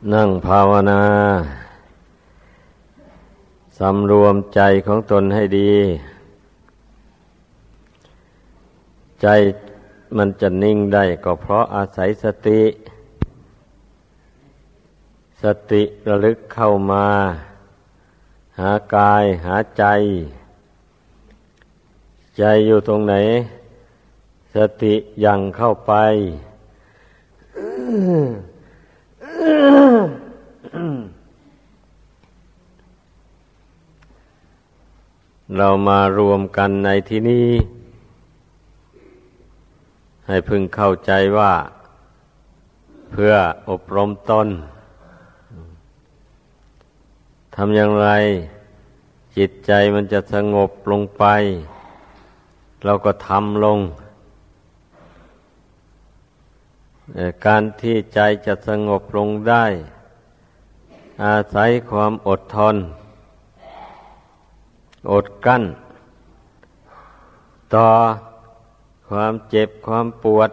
นั่งภาวนาสำรวมใจของตนให้ดีใจมันจะนิ่งได้ก็เพราะอาศัยสติระลึกเข้ามาหากายหาใจใจอยู่ตรงไหนสติยังเข้าไปเรามารวมกันในที่นี้ให้พึงเข้าใจว่าเพื่ออบรมตนทำอย่างไรจิตใจมันจะสงบลงไปเราก็ทำลงการที่ใจจะสงบลงได้อาศัยความอดทนอดกลั้นต่อความเจ็บความปวด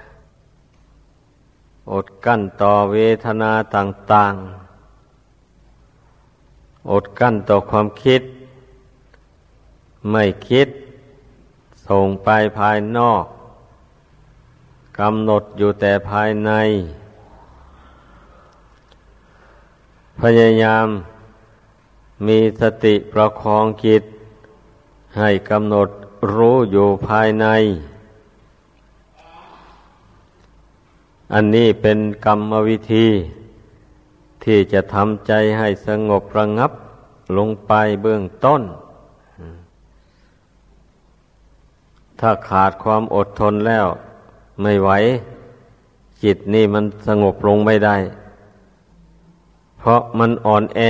อดกลั้นต่อเวทนาต่างๆอดกลั้นต่อความคิดไม่คิดส่งไปภายนอกกำหนดอยู่แต่ภายในพยายามมีสติประคองจิตให้กำหนดรู้อยู่ภายในอันนี้เป็นกรรมวิธีที่จะทำใจให้สงบระงับลงไปเบื้องต้นถ้าขาดความอดทนแล้วไม่ไหวจิตนี่มันสงบลงไม่ได้เพราะมันอ่อนแอ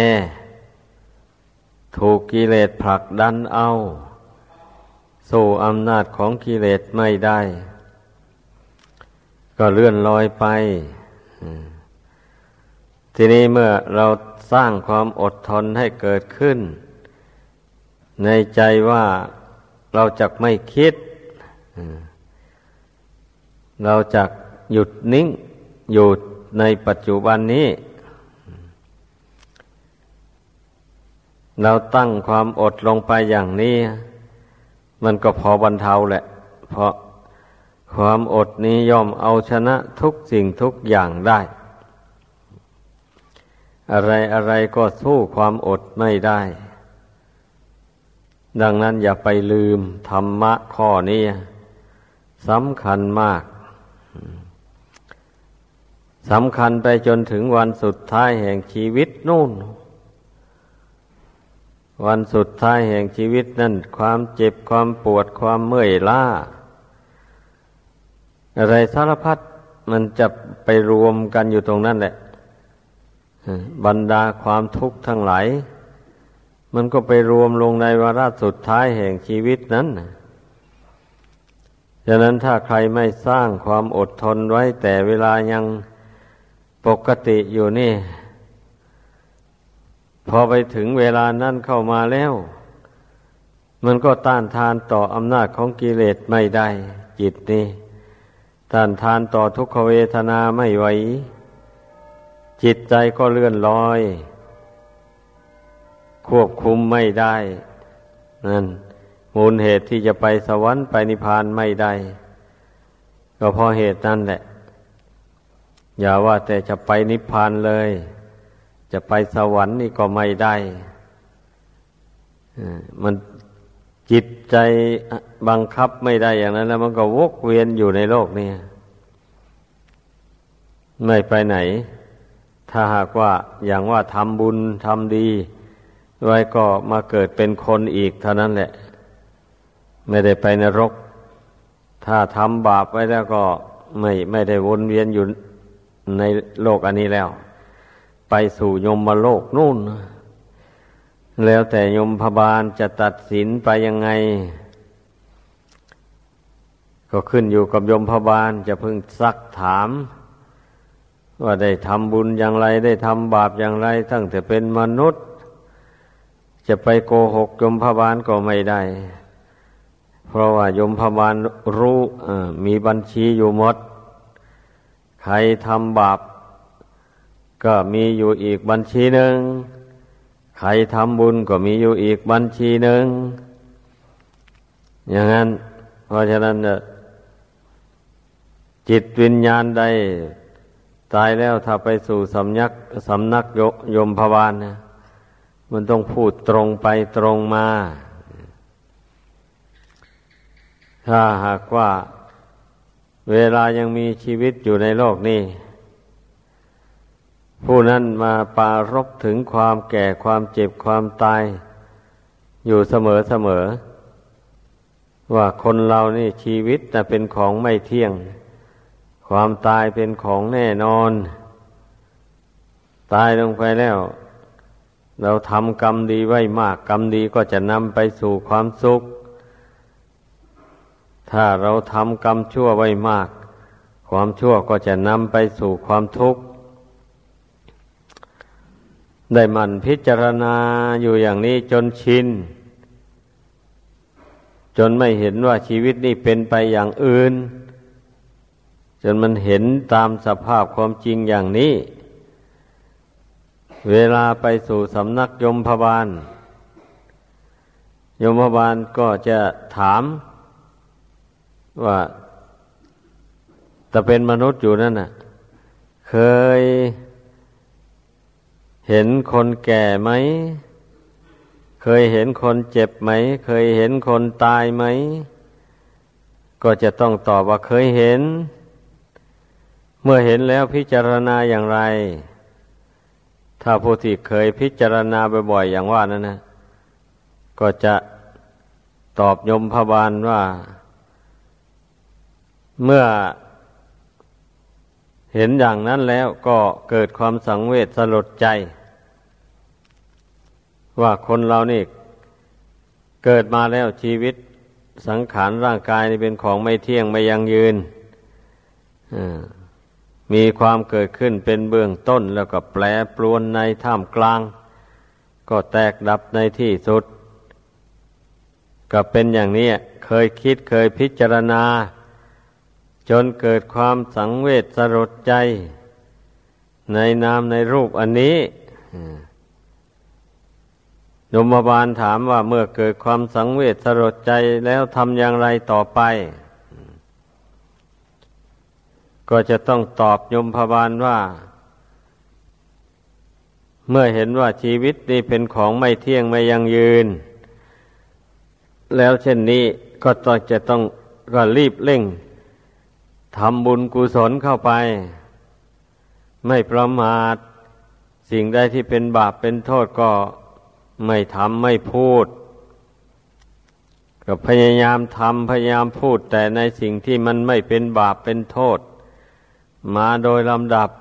ถูกกิเลสผลักดันเอาสู้อำนาจของกิเลสไม่ได้ก็เลื่อนลอยไปทีนี้เมื่อเราสร้างความอดทนให้เกิดขึ้นในใจว่าเราจะไม่คิดเราจะหยุดนิ่งอยู่ในปัจจุบันนี้เราตั้งความอดลงไปอย่างนี้มันก็พอบรรเทาแหละเพราะความอดนี้ย่อมเอาชนะทุกสิ่งทุกอย่างได้อะไรก็สู้ความอดไม่ได้ดังนั้นอย่าไปลืมธรรมะข้อนี้สำคัญมากสำคัญไปจนถึงวันสุดท้ายแห่งชีวิตนู่นวันสุดท้ายแห่งชีวิตนั่นความเจ็บความปวดความเมื่อยล้าอะไรสารพัดมันจะไปรวมกันอยู่ตรงนั้นแหละบรรดาความทุกข์ทั้งหลายมันก็ไปรวมลงในวาระสุดท้ายแห่งชีวิตนั้นฉะนั้นถ้าใครไม่สร้างความอดทนไว้แต่เวลายังปกติอยู่นี่พอไปถึงเวลานั้นเข้ามาแล้วมันก็ต้านทานต่ออำนาจของกิเลสไม่ได้จิตนี่ต้านทานต่อทุกขเวทนาไม่ไหวจิตใจก็เลื่อนลอยควบคุมไม่ได้นั่นมูลเหตุที่จะไปสวรรค์ไปนิพพานไม่ได้ก็เพราะเหตุนั้นแหละอย่าว่าแต่จะไปนิพพานเลยจะไปสวรรค์นี่ก็ไม่ได้มันจิตใจบังคับไม่ได้อย่างนั้นแล้วมันก็วกเวียนอยู่ในโลกนี้ไม่ไปไหนถ้าหากว่าอย่างว่าทำบุญทำดีไว้ก็มาเกิดเป็นคนอีกเท่านั้นแหละไม่ได้ไปนรกถ้าทำบาปไว้แล้วก็ไม่ได้วนเวียนอยู่ในโลกอันนี้แล้วไปสู่ยมโลกนู่นแล้วแต่ยมพบาลจะตัดสินไปยังไงก็ขึ้นอยู่กับยมพบาลจะพึงซักถามว่าได้ทำบุญอย่างไรได้ทำบาปอย่างไรตั้งแต่เป็นมนุษย์จะไปโกหกยมพบาลก็ไม่ได้เพราะว่ายมพบาลรู้มีบัญชีอยู่หมดใครทำบาปก็มีอยู่อีกบัญชีหนึ่งใครทำบุญก็มีอยู่อีกบัญชีหนึ่งอย่างนั้นเพราะฉะนั้นจิตวิญญาณใดตายแล้วถ้าไปสู่สำนักยมพบาลนะมันต้องพูดตรงไปตรงมาถ้าหากว่าเวลายังมีชีวิตอยู่ในโลกนี้ผู้นั้นมาปรารภถึงความแก่ความเจ็บความตายอยู่เสมอว่าคนเรานี่ชีวิตน่ะเป็นของไม่เที่ยงความตายเป็นของแน่นอนตายลงไปแล้วเราทำกรรมดีไว้มากกรรมดีก็จะนำไปสู่ความสุขถ้าเราทำกรรมชั่วไว้มากความชั่วก็จะนำไปสู่ความทุกข์ได้หมั่นพิจารณาอยู่อย่างนี้จนชินจนไม่เห็นว่าชีวิตนี้เป็นไปอย่างอื่นจนมันเห็นตามสภาพความจริงอย่างนี้เวลาไปสู่สำนักยมพบาลยมพบาลก็จะถามว่าแต่เป็นมนุษย์อยู่นั่นน่ะเคยเห็นคนแก่ไหมเคยเห็นคนเจ็บไหมเคยเห็นคนตายไหมก็จะต้องตอบว่าเคยเห็นเมื่อเห็นแล้วพิจารณาอย่างไรถ้าผู้ที่เคยพิจารณาบ่อยๆอย่างว่านั้นนะก็จะตอบยมพบาลว่าเมื่อเห็นอย่างนั้นแล้วก็เกิดความสังเวชสลดใจว่าคนเรานี่เกิดมาแล้วชีวิตสังขารร่างกายนี่เป็นของไม่เที่ยงไม่ยั่งยืนมีความเกิดขึ้นเป็นเบื้องต้นแล้วก็แปรปรวนในท่ามกลางก็แตกดับในที่สุดก็เป็นอย่างนี้เคยคิดเคยพิจารณาจนเกิดความสังเวชสลดใจในนามในรูปอันนี้ยมบาลถามว่าเมื่อเกิดความสังเวชสลดใจแล้วทำอย่างไรต่อไปก็จะต้องตอบยมบาลว่าเมื่อเห็นว่าชีวิตนี้เป็นของไม่เที่ยงไม่ยั่งยืนแล้วเช่นนี้ก็ต้องรีบเร่งทำบุญกุศลเข้าไปไม่ประมาทสิ่งใดที่เป็นบาปเป็นโทษก็ไม่ทำไม่พูดก็พยายามทำพยายามพูดแต่ในสิ่งที่มันไม่เป็นบาปเป็นโทษมาโดยลำดับ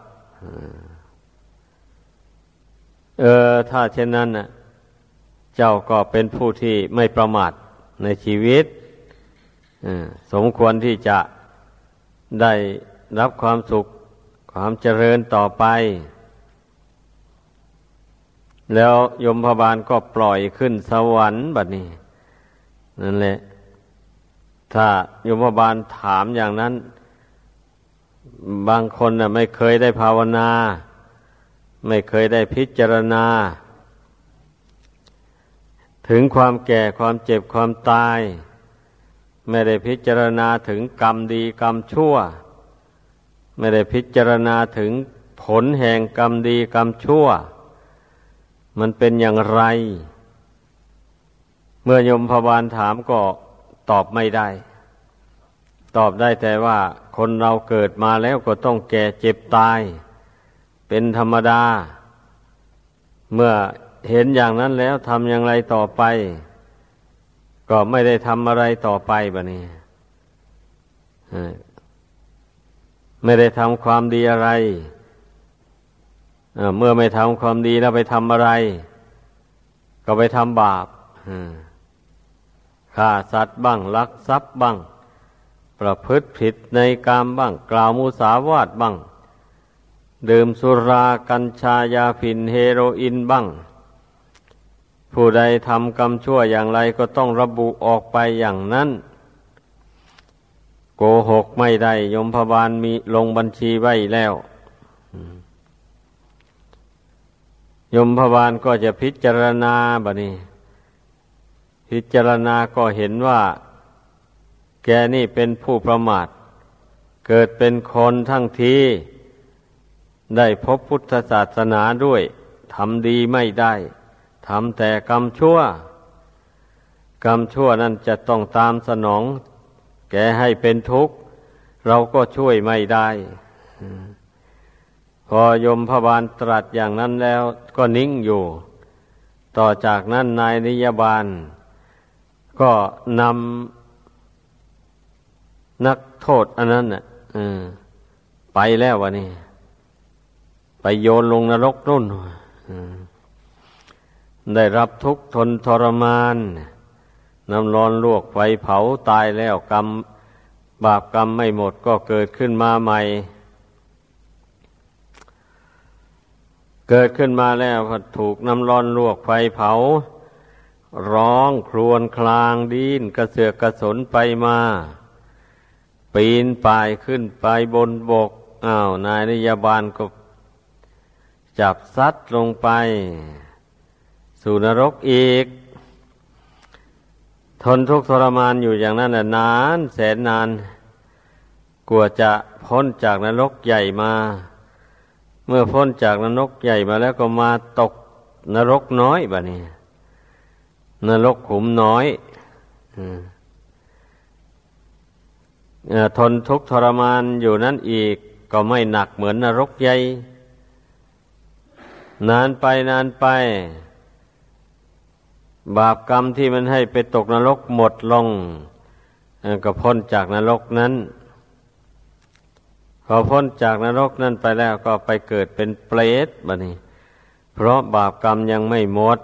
ถ้าเช่นนั้นน่ะเจ้าก็เป็นผู้ที่ไม่ประมาทในชีวิตสมควรที่จะได้รับความสุขความเจริญต่อไปแล้วยมพบาลก็ปล่อยขึ้นสวรรค์บัดนี้นั่นแหละถ้ายมพบาลถามอย่างนั้นบางคนน่ะไม่เคยได้ภาวนาไม่เคยได้พิจารณาถึงความแก่ความเจ็บความตายไม่ได้พิจารณาถึงกรรมดีกรรมชั่วไม่ได้พิจารณาถึงผลแห่งกรรมดีกรรมชั่วมันเป็นอย่างไรเมื่อยมพบาลถามก็ตอบไม่ได้ตอบได้แต่ว่าคนเราเกิดมาแล้วก็ต้องแก่เจ็บตายเป็นธรรมดาเมื่อเห็นอย่างนั้นแล้วทำอย่างไรต่อไปก็ไม่ได้ทำอะไรต่อไปบัดนี้ไม่ได้ทำความดีอะไรเมื่อไม่ทำความดีแล้วไปทำอะไรก็ไปทำบาปฆ่าสัตว์บ้างลักทรัพย์บ้างประพฤติผิดในกามบ้างกล่าวมุสาวาทบ้างดื่มสุรากัญชายาฝิ่นเฮโรอีนบ้างผู้ใดทำกรรมชั่วอย่างไรก็ต้องระบุออกไปอย่างนั้นโกหกไม่ได้ยมพบาลมีลงบัญชีไว้แล้วยมพบาลก็จะพิจารณาบัดนี้พิจารณาก็เห็นว่าแกนี่เป็นผู้ประมาทเกิดเป็นคนทั้งทีได้พบพุทธศาสนาด้วยทำดีไม่ได้ทำแต่กรรมชั่วกรรมชั่วนั้นจะต้องตามสนองแกให้เป็นทุกข์เราก็ช่วยไม่ได้พอยมพบาลตรัสอย่างนั้นแล้วก็นิ่งอยู่ต่อจากนั้นนายนิยบาลก็นำนักโทษอันนั้นน่ะไปแล้ววะนี่ไปโยนลงนรกนู่นได้รับทุกข์ทนทรมานน้ำร้อนลวกไฟเผาตายแล้วกรรมบาปกรรมไม่หมดก็เกิดขึ้นมาใหม่เกิดขึ้นมาแล้วก็ถูกน้ำร้อนลวกไฟเผาร้องครวญครางดิ้นกระเสือกกระสนไปมาปีนป่ายขึ้นไปบนบกนายนิยบาลก็จับซัดลงไปสู่นรกอีกทนทุกข์ทรมานอยู่อย่างนั้นนานแสนนานกว่าจะพ้นจากนรกใหญ่มาเมื่อพ้นจากนรกใหญ่มาแล้วก็มาตกนรกน้อยบัดนี้นรกขุมน้อยทนทุกข์ทรมานอยู่นั้นอีกก็ไม่หนักเหมือนนรกใหญ่นานไปบาปกรรมที่มันให้ไปตกนรกหมดลงก็พ้นจากนรกนั้นพอพ้นจากนรกนั้นไปแล้วก็ไปเกิดเป็นเปรตบัดนี้เพราะบาปกรรมยังไม่หมด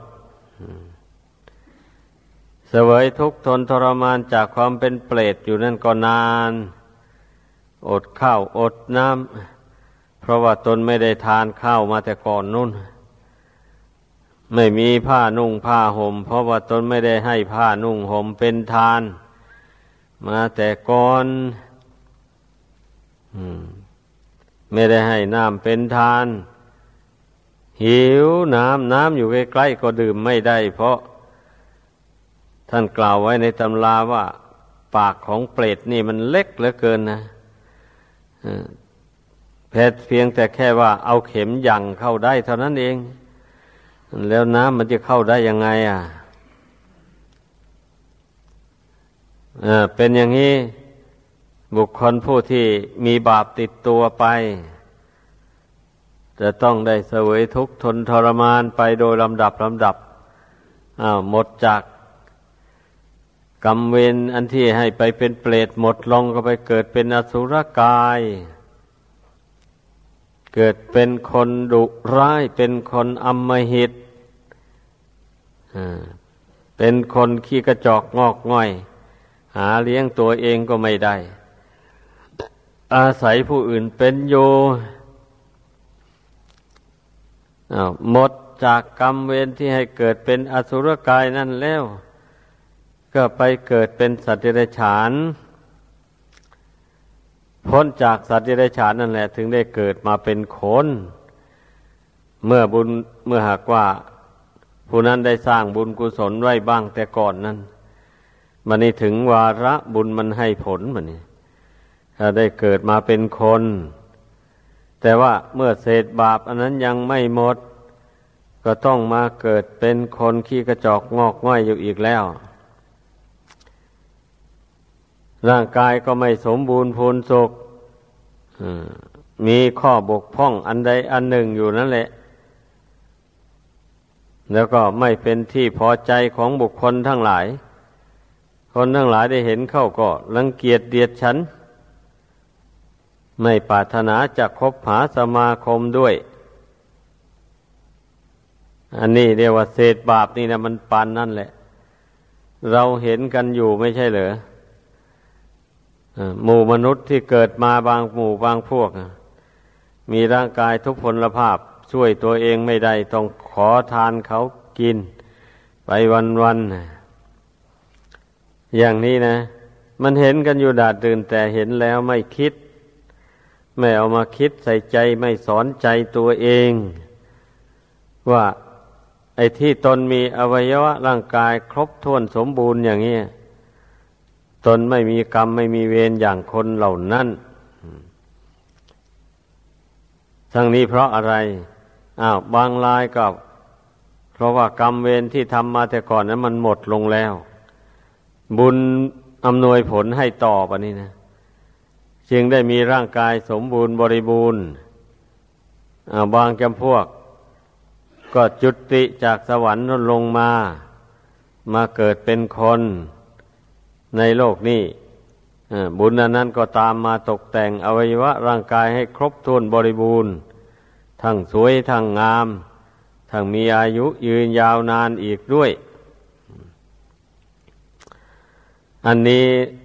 เสวยทุกข์ทนทรมานจากความเป็นเปรตอยู่นั่นก็นานอดข้าวอดน้ำเพราะว่าตนไม่ได้ทานข้าวมาแต่ก่อนนู่นไม่มีผ้านุ่งผ้าห่มเพราะว่าตนไม่ได้ให้ผ้านุ่งห่มเป็นทานมาแต่ก่อนไม่ได้ให้น้ำเป็นทานหิวน้ำอยู่ใกล้ๆก็ดื่มไม่ได้เพราะท่านกล่าวไว้ในตำราว่าปากของเปรตนี่มันเล็กเหลือเกินนะแค่เพียงแต่แค่ว่าเอาเข็มหยั่งเข้าได้เท่านั้นเองแล้วน้ำมันจะเข้าได้ยังไงเป็นอย่างนี้บุคคลผู้ที่มีบาปติดตัวไปจะต้องได้เสวยทุกข์ทนทรมานไปโดยลำดับหมดจากกรรมเวรอันที่ให้ไปเป็นเปรตหมดลงก็ไปเกิดเป็นอสุรกายเกิดเป็นคนดุร้ายเป็นคนอำมหิตเป็นคนขี้กระจอกงอกง่อยหาเลี้ยงตัวเองก็ไม่ได้อาศัยผู้อื่นเป็นอยู่หมดจากกรรมเวรที่ให้เกิดเป็นอสุรกายนั่นแล้วก็ไปเกิดเป็นสัตว์เดรัจฉานพ้นจากสัตว์เดรัจฉานนั่นแหละถึงได้เกิดมาเป็นคนเมื่อหากว่าผู้นั้นได้สร้างบุญกุศลไว้บ้างแต่ก่อนนั้นมันนี่ถึงวาระบุญมันให้ผลมันนี่ถ้าได้เกิดมาเป็นคนแต่ว่าเมื่อเศษบาปอันนั้นยังไม่หมดก็ต้องมาเกิดเป็นคนขี้กระจอกงอกง่อยอยู่อีกแล้วร่างกายก็ไม่สมบูรณ์พูนสุขมีข้อบกพร่องอันใดอันหนึ่งอยู่นั่นแหละแล้วก็ไม่เป็นที่พอใจของบุคคลทั้งหลายคนทั้งหลายได้เห็นเข้าก็รังเกียจเดียดฉันไม่ปรารถนาจะคบหาสมาคมด้วยอันนี้เรียกว่าเศษบาปนี่นะมันปานนั่นแหละเราเห็นกันอยู่ไม่ใช่เหรอหมู่มนุษย์ที่เกิดมาบางหมู่บางพวกมีร่างกายทุพพลภาพช่วยตัวเองไม่ได้ต้องขอทานเขากินไปวันๆอย่างนี้นะมันเห็นกันอยู่ดาดดื่นแต่เห็นแล้วไม่คิดไม่เอามาคิดใส่ใจไม่สอนใจตัวเองว่าไอ้ที่ตนมีอวัยวะร่างกายครบถ้วนสมบูรณ์อย่างนี้ตนไม่มีกรรมไม่มีเวรอย่างคนเหล่านั้นทั้งนี้เพราะอะไรบางรายก็เพราะว่ากรรมเวรที่ทำมาแต่ก่อนนั้นมันหมดลงแล้วบุญอำนวยผลให้ต่อปะนี่นะจึงได้มีร่างกายสมบูรณ์บริบูรณ์บางจำพวกก็จุติจากสวรรค์ลงมาเกิดเป็นคนในโลกนี้บุญนั้นก็ตามมาตกแต่งอวัยวะร่างกายให้ครบถ้วนบริบูรณ์ทั้งสวยทั้งงามทั้งมีอายุยืนยาวนานอีกด้วยอันนี้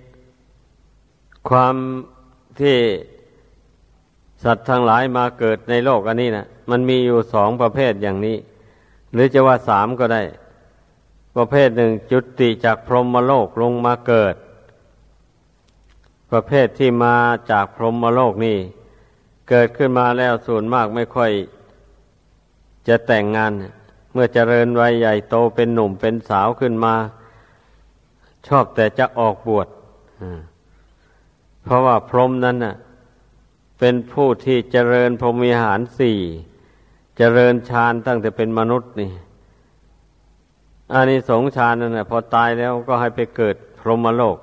ความที่สัตว์ทั้งหลายมาเกิดในโลกอันนี้นะมันมีอยู่สองประเภทอย่างนี้หรือจะว่าสามก็ได้ประเภทหนึ่งจุติจากพรหมโลกลงมาเกิดประเภทที่มาจากพรหมโลกนี่เกิดขึ้นมาแล้วส่วนมากไม่ค่อยจะแต่งงานเมื่อเจริญวัยใหญ่โตเป็นหนุ่มเป็นสาวขึ้นมาชอบแต่จะออกบวชเพราะว่าพรหมนั้นน่ะเป็นผู้ที่เจริญพรหมิหารสี่เจริญฌานตั้งแต่เป็นมนุษย์นี่อานิสงส์ฌานนั่นน่ะพอตายแล้วก็ให้ไปเกิดพรหมโลก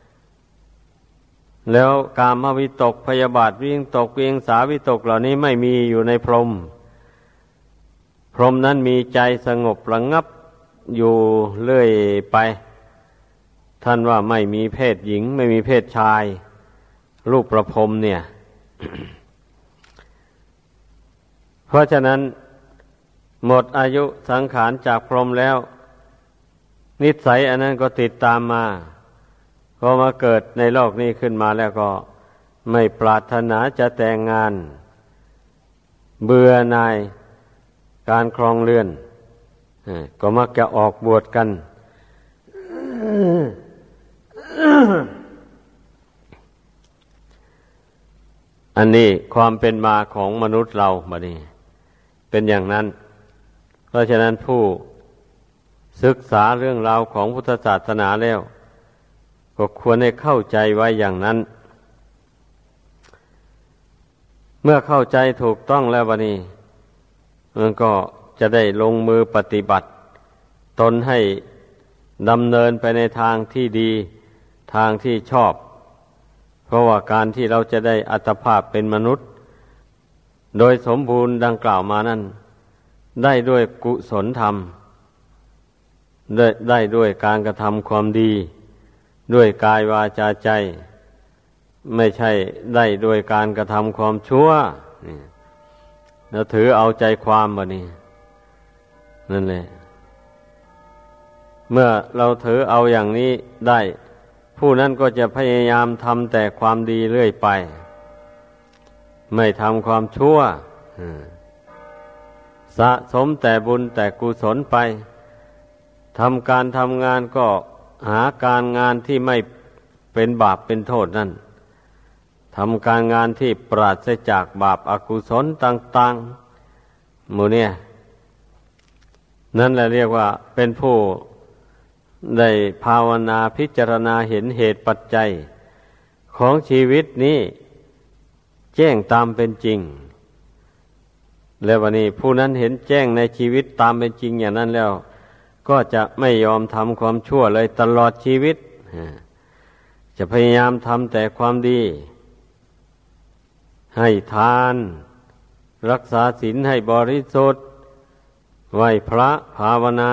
แล้วกามวิตกพยาบาทวิงตกเวียงสาวิตกเหล่านี้ไม่มีอยู่ในพรหมพรหมนั้นมีใจสงบระงับอยู่เรื่อยไปท่านว่าไม่มีเพศหญิงไม่มีเพศชายรูปประพรหมเนี่ย เพราะฉะนั้นหมดอายุสังขารจากพรหมแล้วนิสัยอันนั้นก็ติดตามมาพอมาเกิดในโลกนี้ขึ้นมาแล้วก็ไม่ปรารถนาจะแต่งงานเบื่อหน่ายการครองเรือนก็มักจะออกบวชกันอันนี้ความเป็นมาของมนุษย์เราบัดนี้เป็นอย่างนั้นเพราะฉะนั้นผู้ศึกษาเรื่องราวของพุทธศาสนาแล้วก็ควรให้เข้าใจไว้อย่างนั้นเมื่อเข้าใจถูกต้องแล้วบัดนี้มันก็จะได้ลงมือปฏิบัติตนให้ดำเนินไปในทางที่ดีทางที่ชอบเพราะว่าการที่เราจะได้อัตภาพเป็นมนุษย์โดยสมบูรณ์ดังกล่าวมานั้นได้ด้วยกุศลธรรมได้ด้วยการกระทำความดีด้วยกายวาจาใจไม่ใช่ได้ด้วยการกระทำความชั่วเราถือเอาใจความบ่นี่นั่นแหละเมื่อเราถือเอาอย่างนี้ได้ผู้นั้นก็จะพยายามทำแต่ความดีเรื่อยไปไม่ทำความชั่วสะสมแต่บุญแต่กุศลไปทำการทำงานก็หาการงานที่ไม่เป็นบาปเป็นโทษนั่นทำการงานที่ปราศจากบาปอกุศลต่างๆหมู่เนี่ยนั่นแหละเรียกว่าเป็นผู้ได้ภาวนาพิจารณาเห็นเหตุปัจจัยของชีวิตนี้แจ้งตามเป็นจริงแล้ววันนี้ผู้นั้นเห็นแจ้งในชีวิตตามเป็นจริงอย่างนั้นแล้วก็จะไม่ยอมทำความชั่วเลยตลอดชีวิตจะพยายามทำแต่ความดีให้ทานรักษาศีลให้บริสุทธิ์ไหว้พระภาวนา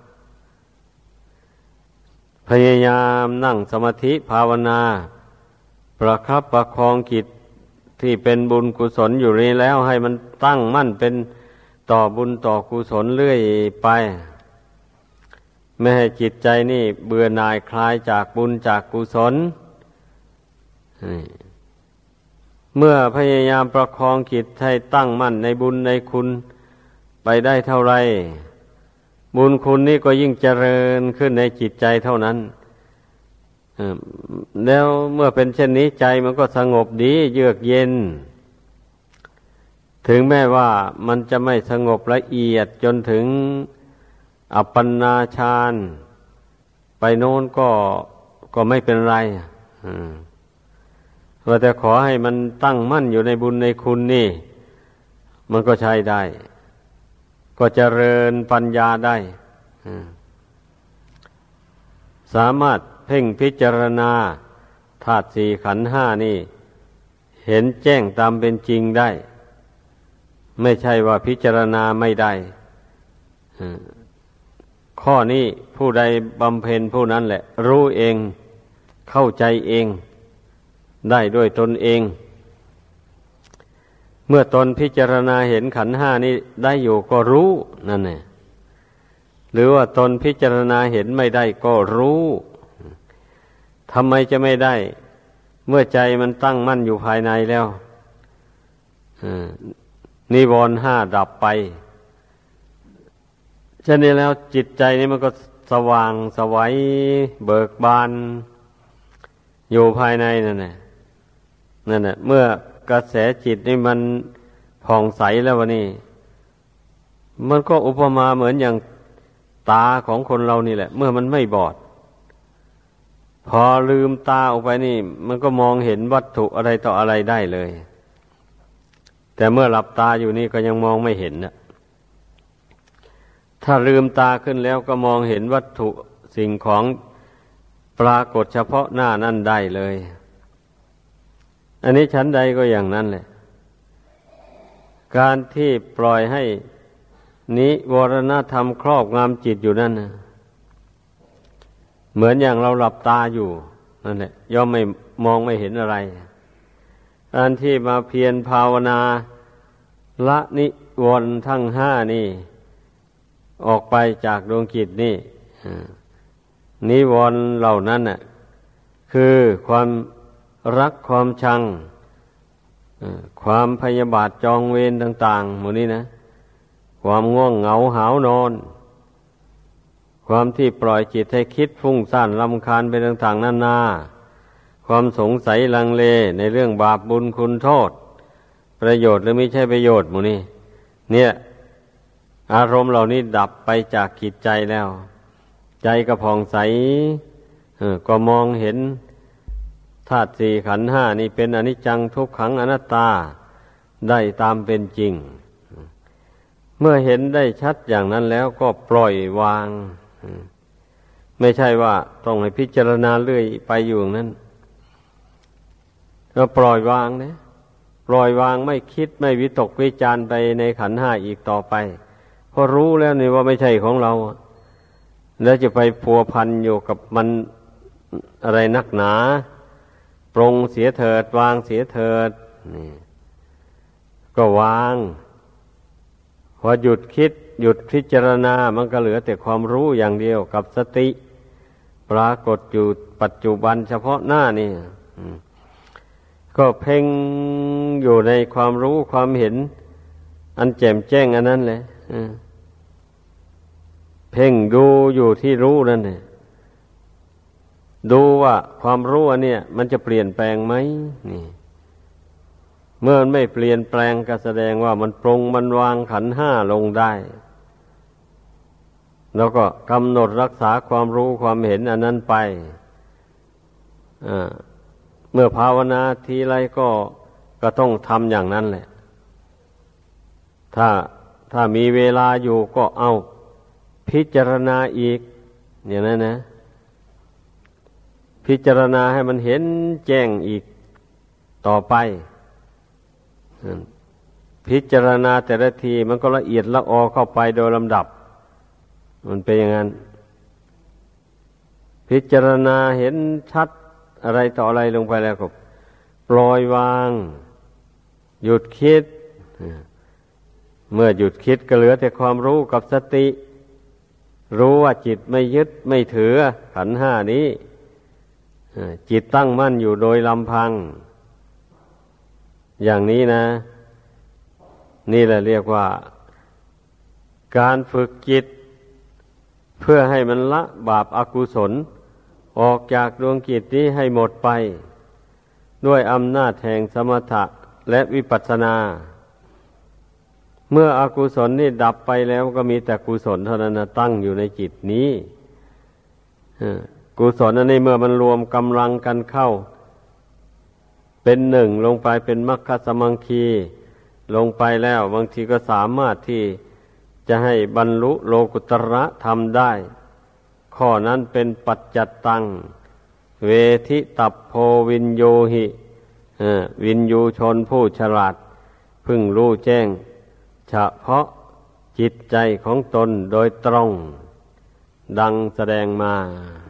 พยายามนั่งสมาธิภาวนาประคับประคองจิตที่เป็นบุญกุศลอยู่นี้แล้วให้มันตั้งมั่นเป็นต่อบุญต่อกุศลเรื่อยไปไม่ให้จิตใจนี่เบื่อหน่ายคลายจากบุญจากกุศลเมื่อพยายามประคองจิตให้ตั้งมั่นในบุญในคุณไปได้เท่าไรบุญคุณนี่ก็ยิ่งเจริญขึ้นในจิตใจเท่านั้นแล้วเมื่อเป็นเช่นนี้ใจมันก็สงบดีเยือกเย็นถึงแม้ว่ามันจะไม่สงบละเอียดจนถึงอัปปนาฌานไปโน้นก็ไม่เป็นไรแต่ขอให้มันตั้งมั่นอยู่ในบุญในคุณนี่มันก็ใช้ได้ก็เจริญปัญญาได้สามารถเพ่งพิจารณาธาตุสี่ขันธ์ห้านี่เห็นแจ้งตามเป็นจริงได้ไม่ใช่ว่าพิจารณาไม่ได้ข้อนี้ผู้ใดบำเพ็ญผู้นั้นแหละรู้เองเข้าใจเองได้ด้วยตนเองเมื่อตนพิจารณาเห็นขันธ์ห้านี้ได้อยู่ก็รู้นั่นแหละหรือว่าตนพิจารณาเห็นไม่ได้ก็รู้ทำไมจะไม่ได้เมื่อใจมันตั้งมั่นอยู่ภายในแล้วนิวรณ์ห้าดับไปฉะนั้นแล้วจิตใจนี้มันก็สว่างไสวเบิกบานอยู่ภายในนั่นแหละเมื่อกระแสจิตนี่มันผ่องใสแล้ววะนี่มันก็อุปมาเหมือนอย่างตาของคนเรานี่แหละเมื่อมันไม่บอดพอลืมตาออกไปนี่มันก็มองเห็นวัตถุอะไรต่ออะไรได้เลยแต่เมื่อหลับตาอยู่นี่ก็ยังมองไม่เห็นนะถ้าลืมตาขึ้นแล้วก็มองเห็นวัตถุสิ่งของปรากฏเฉพาะหน้านั่นได้เลยอันนี้ชั้นใดก็อย่างนั้นแหละการที่ปล่อยให้นิวรณธรรมครอบงำจิตอยู่นั่นนะเหมือนอย่างเราหลับตาอยู่นั่นแหละย่อมไม่มองไม่เห็นอะไรอันที่มาเพียรภาวนาละนิวรณ์ทั้งห้านี่ออกไปจากดวงจิตนี่นิวรณ์เหล่านั้นน่ะคือความรักความชังความพยาบาทจองเวรต่างๆหมดนี้นะความง่วงเหงาหาวนอนความที่ปล่อยจิตให้คิดฟุ้งซ่านรำคาญไปต่างๆนานาความสงสัยลังเลในเรื่องบาปบุญคุณโทษประโยชน์หรือไม่ใช่ประโยชน์หมดนี้เนี่ยอารมณ์เหล่านี้ดับไปจากจิตใจแล้วใจก็ผ่องใสก็มองเห็นธาตุสี่ขันธ์ห้านี่เป็นอนิจจังทุกขังอนัตตาได้ตามเป็นจริงเมื่อเห็นได้ชัดอย่างนั้นแล้วก็ปล่อยวางไม่ใช่ว่าต้องให้พิจารณาเรื่อยไปอยู่อย่างนั้นก็ปล่อยวางนะปล่อยวางไม่คิดไม่วิตกวิจารไปในขันธ์ห้าอีกต่อไปเพราะรู้แล้วนี่ว่าไม่ใช่ของเราแล้วจะไปพัวพันอยู่กับมันอะไรนักหนาปรงเสียเถิดวางเสียเถิดนี่ก็วางพอหยุดคิดหยุดพิจารณามันก็เหลือแต่ความรู้อย่างเดียวกับสติปรากฏอยู่ปัจจุบันเฉพาะหน้านี่ก็เพ่งอยู่ในความรู้ความเห็นอันแจ่มแจ้งอันนั้นเลยเพ่งดูอยู่ที่รู้นั่นเนี่ยดูว่าความรู้อันเนี้ยมันจะเปลี่ยนแปลงไหมนี่เมื่อมันไม่เปลี่ยนแปลงก็แสดงว่ามันปรงมันวางขันธ์ห้าลงได้แล้วก็กำหนดรักษาความรู้ความเห็นอันนั้นไปเมื่อภาวนาทีไรก็ต้องทำอย่างนั้นแหละถ้ามีเวลาอยู่ก็เอาพิจารณาอีกอย่างนั้นนะพิจารณาให้มันเห็นแจ้งอีกต่อไปพิจารณาแต่ละทีมันก็ละเอียดละออเข้าไปโดยลำดับมันเป็นอย่างนั้นพิจารณาเห็นชัดอะไรต่ออะไรลงไปแล้วก็ปล่อยวางหยุดคิดเมื่อหยุดคิดก็เหลือแต่ความรู้กับสติรู้ว่าจิตไม่ยึดไม่ถือขันธ์ห้านี้จิตตั้งมั่นอยู่โดยลำพังอย่างนี้นะนี่แหละเรียกว่าการฝึกจิตเพื่อให้มันละบาปอกุศลออกจากดวงจิตนี้ให้หมดไปด้วยอำนาจแห่งสมถะและวิปัสสนาเมื่ออกุศลนี่ดับไปแล้วก็มีแต่กุศลเท่านั้นนะตั้งอยู่ในจิตนี้กุศลอันนี้เมื่อมันรวมกำลังกันเข้าเป็นหนึ่งลงไปเป็นมรรคสมังคีลงไปแล้วบางทีก็สามารถที่จะให้บรรลุโลกุตระธรรมได้ข้อนั้นเป็นปัจจัตตังเวทิตัพโพวินโยหิวินยูชนผู้ฉลาดพึงรู้แจ้งเฉพาะจิตใจของตนโดยตรงดังแสดงมา